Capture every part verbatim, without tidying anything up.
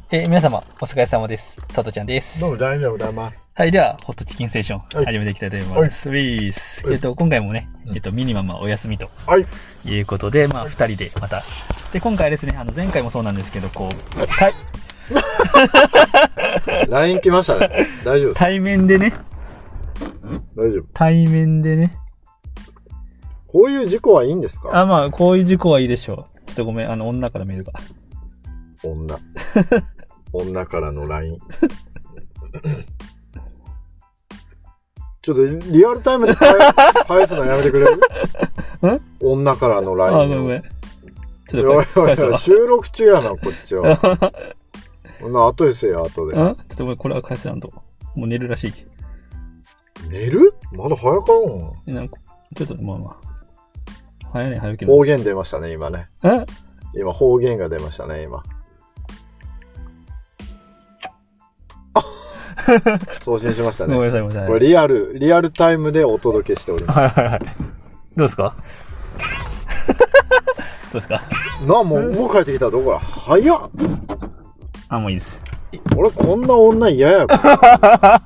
えー、皆様、お疲れ様です。佐藤ちゃんです。 どうも、大丈夫だま。 はい、では、ホットチキンステーション、はい、始めていきたいと思います。はい、ウィース。えっと、今回もね、えっと、ミニマムはお休みと。はい。いうことで、まあ、二人でまた。で、今回はですね、あの、前回もそうなんですけど、こう、はい。 ライン 来ましたね。大丈夫です。 対面でね。 大丈夫。 対面でね。 こういう事故はいいんですか？ あ、まあ、こういう事故はいいでしょう。ちょっとごめん、あの、女からメールが。 女。女からの ライン。ちょっとリアルタイムで返返すのやめてくれる？ん？女からの ライン。 あ、ごめん。ちょっとおいおいおい、収録中やな、こっちは。こんな後ですよ、後で。 ん？ちょっとごめん、これは返せなんと。もう寝るらしい。 寝る？まだ早かろう。なんか、ちょっと、まあまあ。早いね、早いけど。 方言出ましたね、今ね。 え？ 今、方言が出ましたね、今。送信しましたね。 ごめんなさい、ごめんなさい。 これリアル、リアルタイムでお届けしております。 はいはいはい。どうですか？どうですか？ なあ、もう、もう帰ってきたどこら早っ。 あ、もういいです。 俺こんな女嫌やから。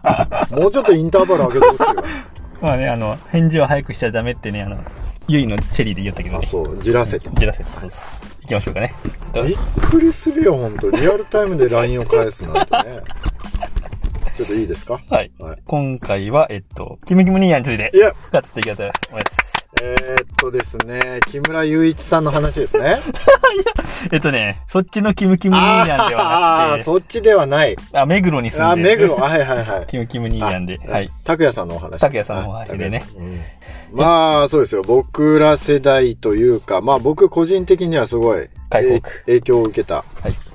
もうちょっとインターバル開けてほしいわ。 まあね、あの、返事を早くしちゃダメってね、あの、ゆいのチェリーで言ったけど、ね。 あ、そう、じらせて。 じらせて、そうそう。行きましょうかね。 びっくりするよ、ほんと。リアルタイムで ライン を返すなんてね。ちょっといいですか？ はい。はい、今回は、えっと、キムキムニーヤについて、 いや、 語っていきたいと思います。 えー、っとですね、木村雄一さんの話ですね。いや、 えっとね、そっちのキムキムニーヤンではなくて。ああ、そっちではない。 あ、目黒に住んでる。 あ、目黒、はいはいはい。 キムキムニーヤンで。はい。 拓也さんのお話。 拓也さんのお話でね。 うん、まあ、そうですよ。僕ら世代というか、まあ僕個人的にはすごい、 解放区。 影響を受けた。はい。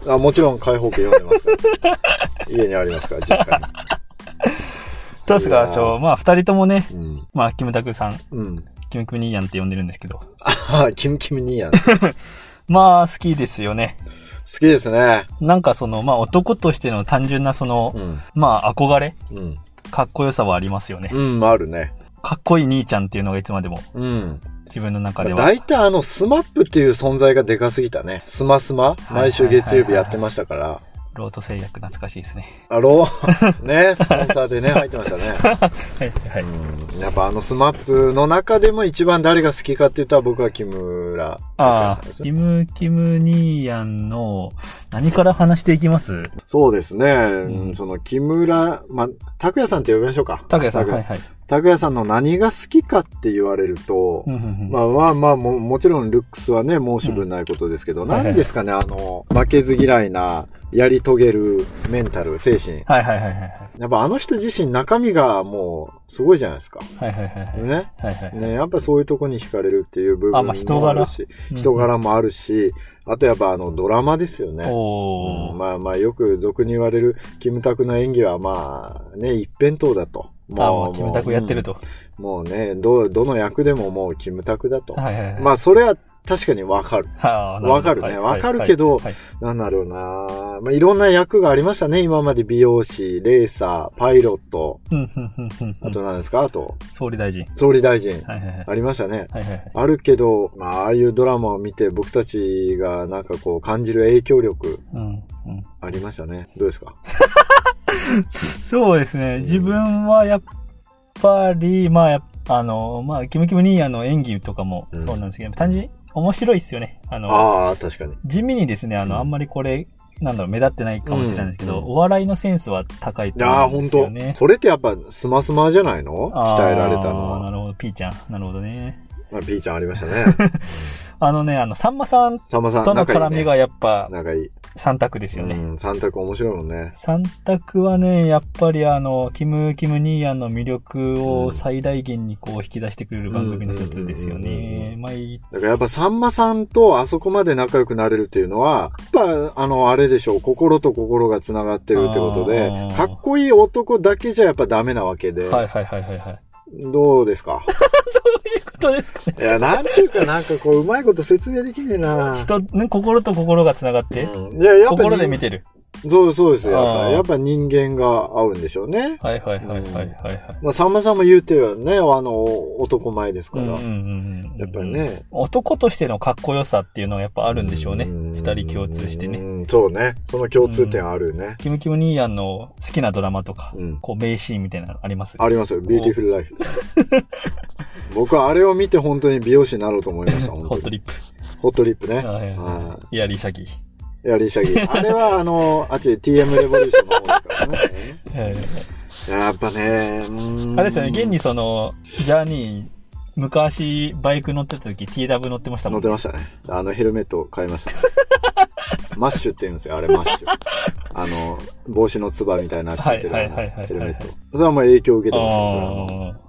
あ、もちろん解放区読んでますから。家にありますから、実家に。 どうですか、ちょ、まあ二人ともね、うん、まあキムタクさん。うん。キムキムニーヤンって呼んでるんですけど。 ああ、キムキムニーヤン。 まあ好きですよね。 好きですね。 なんかその、まあ男としての単純なその、うん、まあ憧れ、うん、かっこよさはありますよね。 うん、あるね。 かっこいい兄ちゃんっていうのがいつまでも。うん。自分の中では。 大体あのスマップっていう存在がでかすぎたね。スマスマ毎週月曜日やってましたから。 ロート製薬懐かしいですね。 あ、ロー、ね、スポンサーでね、入ってましたね。 はいはい、 うん。やっぱあのスマップの中でも一番誰が好きかって言ったら僕は木村。 ああ、キムキムニーヤンの何から話していきます？ そうですね。うん、その木村、まあ、拓也さんって呼びましょうか。 拓也さん、はいはい。 拓也さんの何が好きかって言われると、まあまあまあも、もちろんルックスはね、申し分ないことですけど、うん、何ですかね、あの、負けず嫌いな、やり遂げるメンタル、精神。 はいはいはいはい。 やっぱあの人自身中身がもうすごいじゃないですか。 はいはいはい。 ね。はいはい。ね、やっぱそういうとこに惹かれるっていう部分もあるし、 人柄人柄もあるし、あとやっぱあのドラマですよね。 おー。 うん、まあまあよく俗に言われるキムタクの演技はまあね、一辺倒だと。 もう、キムタクやってると。 うん、もうね、ど、どの役でももうキムタクだと。はいはいはい。まあそれは確かにわかる。わかるね。わかるけど、なんだろうな、まあいろんな役がありましたね。今まで美容師、レーサー、パイロット。あと何ですか？あと。 総理大臣。 総理大臣。ありましたね。あるけど、まあああいうドラマを見て僕たちがなんかこう感じる影響力。ありましたね。どうですか？ そうですね。自分はやっぱり、まあや、あの、まあ、キムキムニーヤの演技とかもそうなんですけど、うん、単純に面白いっすよね。あの、 ああ、確かに。 地味にですね、あの、うん、あんまりこれ、なんだろう、目立ってないかもしれないんですけど、うんうん、お笑いのセンスは高いと思うんですよね。いや、 ほんと。それってやっぱスマスマじゃないの？鍛えられたのは。 なるほど、ピーちゃん。なるほどね。 まあ、ピーちゃんありましたね。 あのね、あの、さんまさんとの絡みがやっぱ、 仲いい。 三択ですよね。 うん、三択面白いもんね。 三択はね、やっぱりあの、キム、キムニーヤンの魅力を最大限にこう引き出してくれる番組の一つですよね。まあいい。 だからやっぱさんまさんとあそこまで仲良くなれるっていうのは、やっぱあの、あれでしょう、心と心が繋がってるってことで、かっこいい男だけじゃやっぱダメなわけで。 はいはいはいはいはい。 どうですかどういうことですかね。 いや、なんていうか、なんかこう、うまいこと説明できねえな。 人、ね、心と心が繋がって、 うん、いや、やっぱ心で見てる。 そうそうですよ。やっぱ、やっぱ人間が合うんでしょうね。 はいはいはいはいはい、はい。 まあ、さんまさんも言うてよね、あの、男前ですから。うんうんうん、やっぱりね。 男としてのかっこよさっていうのはやっぱあるんでしょうね。二人共通してね。 うん、そうね。その共通点あるね。 キムキム兄やんの好きなドラマとか、うん、こう、名シーンみたいなのあります？ ありますよ。ビューティフルライフ。僕はあれを見て本当に美容師になろうと思いました。 ホットリップ。 ホットリップね。 イヤリーシャギ。 イヤリーシャギ。あれはあの、あっち ティーエム レボリューションの方ですからね。やっぱね、 あれですよね、現にその、ジャーニー、昔バイク乗ってた時 ティーダブリュー 乗ってましたもんね。乗ってましたね。あのヘルメット買いました、ね。マッシュって言うんですよ、あれマッシュ。あの、帽子のつばみたいなついてるヘルメット。それはもう影響を受けてました、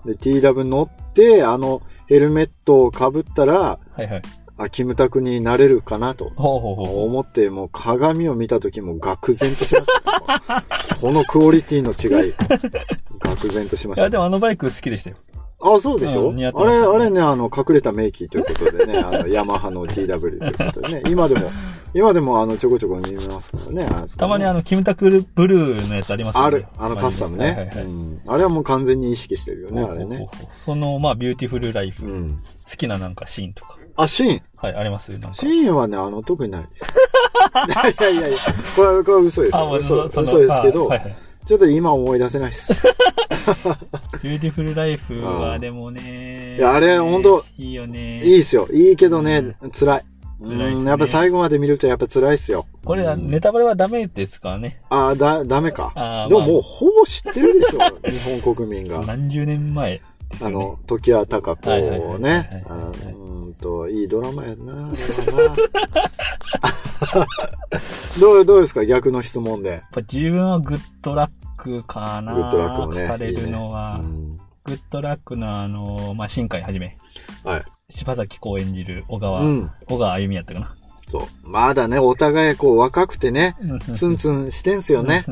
で、ティーダブリュー 乗って、あの、ヘルメットを被ったら、はいはい、あ、キムタクになれるかなと思って、もう鏡を見た時も愕然としました、ね。このクオリティの違い、愕然としました、ね。 いや、でもあのバイク好きでしたよ。 あ、そうでしょ、うん、あれ、あれね、あの、隠れた名機ということでね、あの、ヤマハの ティーダブリュー ということでね、今でも、今でもあの、ちょこちょこ見ますからね。ねたまにあの、キムタクブルーのやつありますよね。 ある。あの、カスタムね、はいはいはい、うん。あれはもう完全に意識してるよね、あれね。 その、まあ、ビューティフルライフ、うん、好きななんかシーンとか。 あ、シーンはい、ありますなんかシーンはね、あの、特にないです。いやいやいや、これは、これは嘘ですよ。嘘、嘘ですけど、はいはい、ちょっと今思い出せないっす。 ビューティフルライフはでもね。 いや、あれ、ほんと。 いいよね。 いいっすよ。いいけどね、うん、辛い。辛いっすね。うん、やっぱ最後まで見るとやっぱ辛いっすよ。 これはネタバレはダメですからね。 ああ、だ、ダメか。でももうほぼ知ってるでしょ、日本国民が。 何十年前。 あの、時は高子ね。うんと、いいドラマやな。どう、どうですか逆の質問で。やっぱ自分はグッドラックかな。グッドラックもね。語れるのは。いいね、うん、グッドラックのあの、まあ、新海はじめ。はい。柴咲コウ演じる小川、うん、小川あゆみやったかな。 そう。まだね、お互いこう若くてね、ツンツンしてんすよね。うん、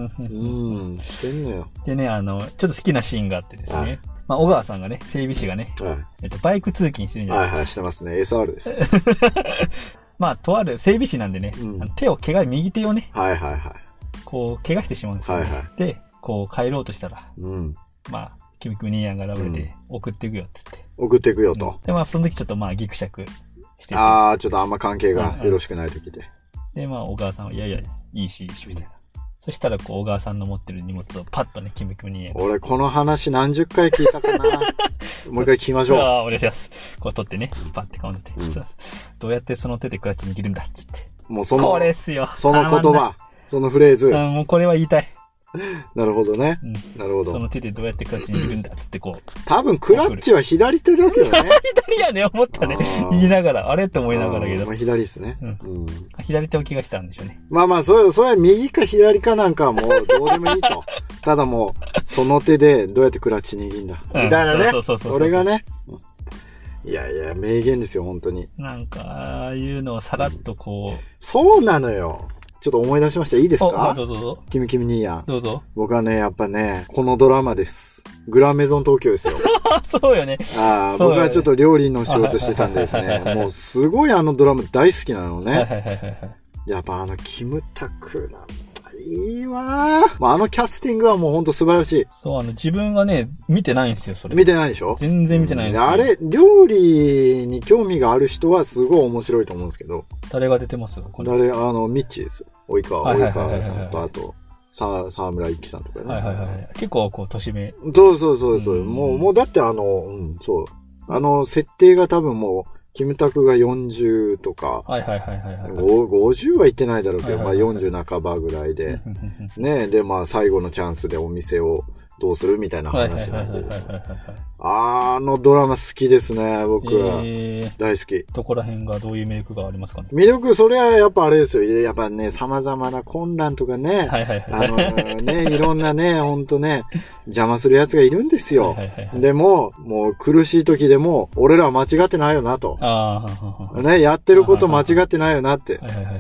してんのよ。 でね、あの、ちょっと好きなシーンがあってですね。はい、まあ、小川さんがね、整備士がね、はい、えっと、バイク通勤してるんじゃないですか。 はいはい、してますね。エスアール です。 まあ、とある整備士なんでね、うん、手を怪我、右手をね、 はいはいはい。 こう、怪我してしまうんですよ、ね。はいはい。で、こう、帰ろうとしたら、うん、まあ、キムキム兄やんがラブレて、送っていくよ、つって。 送っていくよと。 うん、で、まあ、その時ちょっとまあ、ギクシャクしてて。 ああ、ちょっとあんま関係がよろしくない時で。 で、まあ、小川さんは、いやいや、いいし、いいし、みたいな。そしたら、こう、小川さんの持ってる荷物をパッとね、キムキムに。 俺、この話何十回聞いたかなもう一回聞きましょう。 ああ、お願いします。こう取ってね、パッて顔にって、うん、どうやってその手でクラッチ握るんだっつって。 もうその、 これっすよ。 その言葉、そのフレーズ。 もうこれは言いたい。 なるほどね、うん。なるほど。 その手でどうやってクラッチ握るんだっつってこう。 多分クラッチは左手だけどね。 左やね、思ったね。言いながら、あれって思いながらけど。 まあ、左ですね、うんうん。左手を怪我したんでしょうね。 まあまあ、それ、それは右か左かなんかはもうどうでもいいと。ただもう、その手でどうやってクラッチ握るんだ。みたいなね。そうそうそうそう。それがね。いやいや、名言ですよ、本当に。 なんか、ああいうのをさらっとこう。 そうなのよ。ちょっと思い出しました。いいですか？ どうぞどうぞ。 キムキム兄やん。 どうぞ。 僕はね、やっぱね、このドラマです。グランメゾン東京ですよ。 そうよね。 ああ、ね、僕はちょっと料理の仕事してたんでですね。もうすごいあのドラマ大好きなのね。やっぱあのキムタクなんいいわー。あのキャスティングはもうほんと素晴らしい。 そう、あの、自分はね、見てないんですよ、それ。 見てないでしょ？ 全然見てないんですよ。 あれ、料理に興味がある人はすごい面白いと思うんですけど。 誰が出てます誰、あの、ミッチーですよ。及川、及川さんと、あと、さ、沢村一樹さんとかね。 はいはいはい。結構、こう、年目。 そうそうそうそう。もう、もう、だってあの、うん、そう。あの、設定が多分もう、キムタクがよんじゅうとか、 はいはいはいはい、はい。 ごじゅうはいってないだろうけど、まあよんじゅう半ばぐらいで、ね、で、まあ最後のチャンスでお店をどうするみたいな話なんでですね。あのドラマ好きですね、僕は。えー、大好き。 どこら辺がどういう魅力がありますかね？ 魅力、それはやっぱあれですよ。やっぱね、様々な混乱とかね、はいはいはい、あのね、いろんなね、ほんとね、邪魔する奴がいるんですよ。はいはいはいはい、でも、もう苦しい時でも、俺らは間違ってないよなと。あね、やってること間違ってないよなって。はいはいはいはい、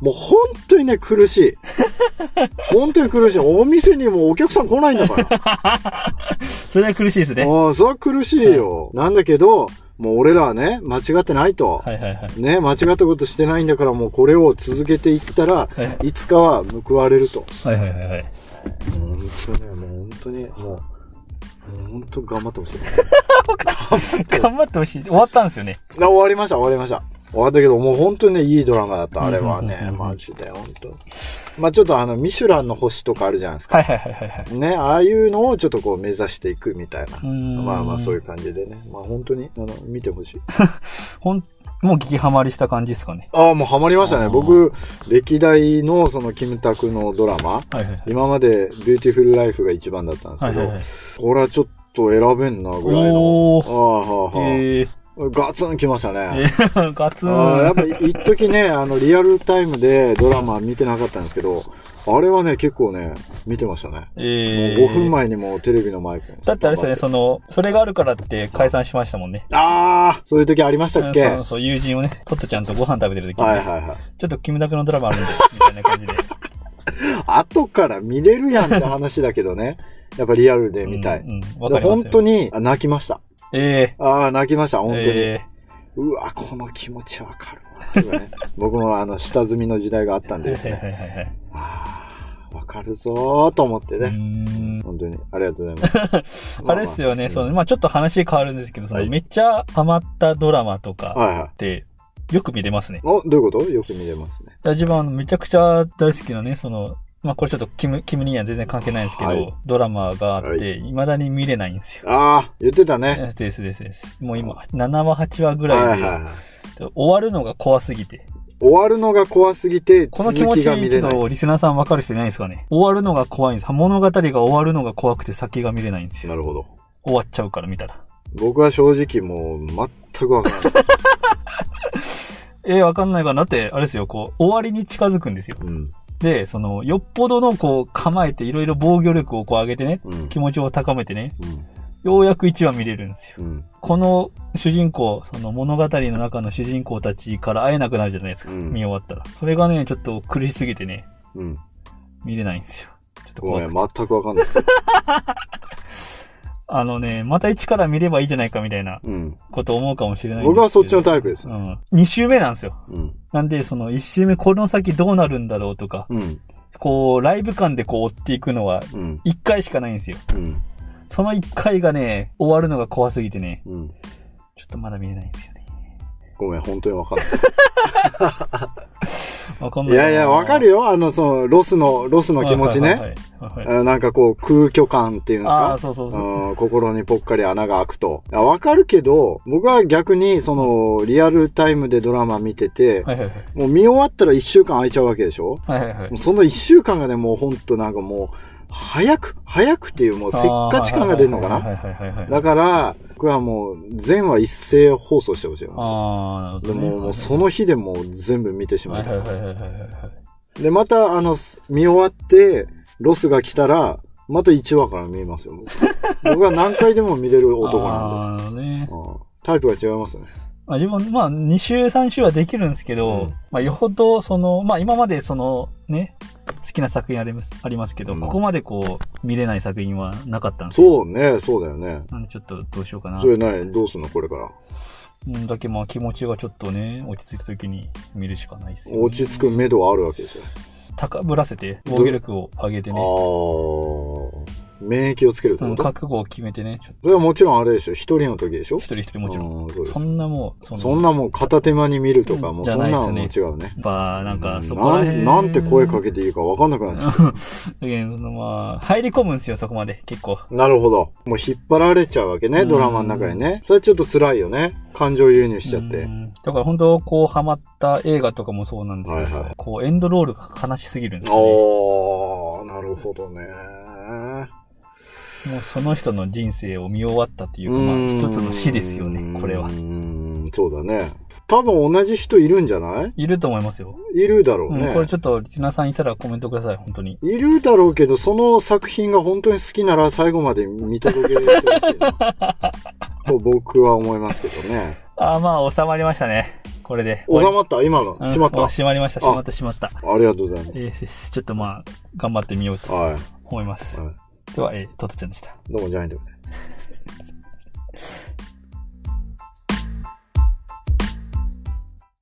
もう本当にね、苦しい。本当に苦しい。お店にもお客さん来ないんだから。 それは苦しいですね。 ああ、それは苦しいよ。はい、なんだけど、もう俺らはね、間違ってないと。 はいはいはい。 ね、間違ったことしてないんだから、もうこれを続けていったら、はい、いつかは報われると。 はいはいはいはい。 本当ね、もう本当に、もう、もう本当頑張ってほしい。 頑張ってほしい。終わったんですよね。 終わりました、終わりました。終わったけど、もう本当にね、いいドラマだった、あれはね。マジで、本当。まあちょっとあの、ミシュランの星とかあるじゃないですか。 はいはいはいはい。 ね、ああいうのをちょっとこう目指していくみたいな。まあまあそういう感じでね。まあ本当に、あの、見てほしい。 ほん、もう激ハマりした感じですかね。 ああ、もうハマりましたね。僕、歴代のそのキムタクのドラマ、はいはいはい、今までビューティフルライフが一番だったんですけど、はいはいはい、これはちょっと選べんなぐらいの。ああ、はあ、はあ。えーガツン来ましたね。 ガツン。 あやっぱ一時ね、あの、リアルタイムでドラマ見てなかったんですけど、あれはね、結構ね、見てましたね。えー、もうごふんまえにもテレビのマイクに。 だってあれですよね、その、それがあるからって解散しましたもんね。 ああ、そういう時ありましたっけ？ そうそう、友人をね、トットちゃんとご飯食べてる時に、ね、はいはいはい。ちょっとキムタクのドラマあるんで、みたいな感じで。 後から見れるやんって話だけどね。やっぱリアルで見たい。うんうん、本当に泣きました。ええー。ああ、泣きました、本当に。えーうわ、この気持ちわかるわ、ね。僕もあの、下積みの時代があったんでですね。ああ、わかるぞーと思ってね。本当に、ありがとうございます。 あれですよね、その、まあちょっと話変わるんですけど、その、めっちゃハマったドラマとかって、よく見れますね。 お、どういうこと？よく見れますね。 自分はめちゃくちゃ大好きなね、その、まあこれちょっとキム、キムには全然関係ないんですけど、はい、ドラマがあって、はい、未だに見れないんですよ。 ああ、言ってたね。 ですですです。もう今、ななわ、はちわぐらいで、はいはいはい、終わるのが怖すぎて。 終わるのが怖すぎて、 この気持ちのリスナーさん分かる人いないですかね。終わるのが怖いんです。物語が終わるのが怖くて先が見れないんですよ。 なるほど。 終わっちゃうから見たら。 僕は正直もう、全く分からない。 えー、分かんないかなって、あれですよ、こう、終わりに近づくんですよ。うんで、その、よっぽどのこう構えていろいろ防御力をこう上げてね、うん、気持ちを高めてね、うん、ようやくいちわ見れるんですよ。うん、この主人公、その物語の中の主人公たちから会えなくなるじゃないですか、うん、見終わったら。それがね、ちょっと苦しすぎてね、うん、見れないんですよ。ちょっと怖くて。 ごめん、全くわかんない。 あのね、また一から見ればいいじゃないかみたいなことを思うかもしれないんですけど、 僕はそっちのタイプです。 うん。二週目なんですよ。うん、なんで、その一週目この先どうなるんだろうとか、うん、こう、ライブ感でこう追っていくのは一回しかないんですよ。うん、その一回がね、終わるのが怖すぎてね、うん、ちょっとまだ見れないんですよね。 ごめん、本当にわかんない。 わかんない。 いやいや、わかるよ。あの、その、ロスの、ロスの気持ちね。はいはいはいはい、なんかこう、空虚感っていうんですか。 あそうそうそう、 うん。心にぽっかり穴が開くと。わかるけど、僕は逆に、その、リアルタイムでドラマ見てて、はいはいはい、もう見終わったら一週間空いちゃうわけでしょ。はいはいはい、その一週間がね、もうほんとなんかもう、早く、早くっていうもうせっかち感が出るのかな。だから、僕はもう全話一斉放送してほしいよ。ああ、なるほど、ね。でも、もうその日でもう全部見てしまいたい。で、また、あの、見終わって、ロスが来たら、またいちわから見えますよ。僕は何回でも見れる男なんで。あね、あタイプが違いますね。 まあ、自分、まあ、に週、さん週はできるんですけど、うん、まあ、よほど、その、まあ、今まで、その、ね、好きな作品あります、ありますけど、うん、ここまでこう、見れない作品はなかったんですよ。そうね、そうだよね。 なんでちょっとどうしようかな。 それない、どうすんのこれから。 うんだけまあ気持ちがちょっとね、落ち着いた時に見るしかないですよ、ね。 落ち着く目処はあるわけですよ。 高ぶらせて、防御力を上げてね。ああ。免疫をつけるってこと、 うん、覚悟を決めてね。 それはもちろんあれでしょ。一人の時でしょ。 一人一人もちろん。そ, そんなもう、そん な, そんなもう片手間に見るとか、うん、もうそんなのも違うね。 やっぱ、なんかそこら辺、 うん、な, なんて声かけていいか分かんなくなっちゃう。だけど、まあ、入り込むんですよ、そこまで。結構。 なるほど。もう引っ張られちゃうわけね、ドラマの中にね。それはちょっと辛いよね。感情輸入しちゃって。 だから本当、こう、ハマった映画とかもそうなんですけど、はいはい、こう、エンドロールが悲しすぎるんですよね。 ああ、なるほどね。 もうその人の人生を見終わったっていうか、まあ一つの死ですよね、これは。うーん、そうだね。多分同じ人いるんじゃない？ いると思いますよ。 いるだろうね。 うん、これちょっとリスナーさんいたらコメントください、本当に。 いるだろうけど、その作品が本当に好きなら最後まで見届けてほしいな。と僕は思いますけどね。 ああ、まあ収まりましたね。 これで。 収まった今の。閉まった。 閉まりました、閉まった、閉まった。 ありがとうございます。 えー、ちょっとまあ、頑張ってみようと思います。はい、では、えー、トトちゃんでした。 どうも、ジャイアンでございます。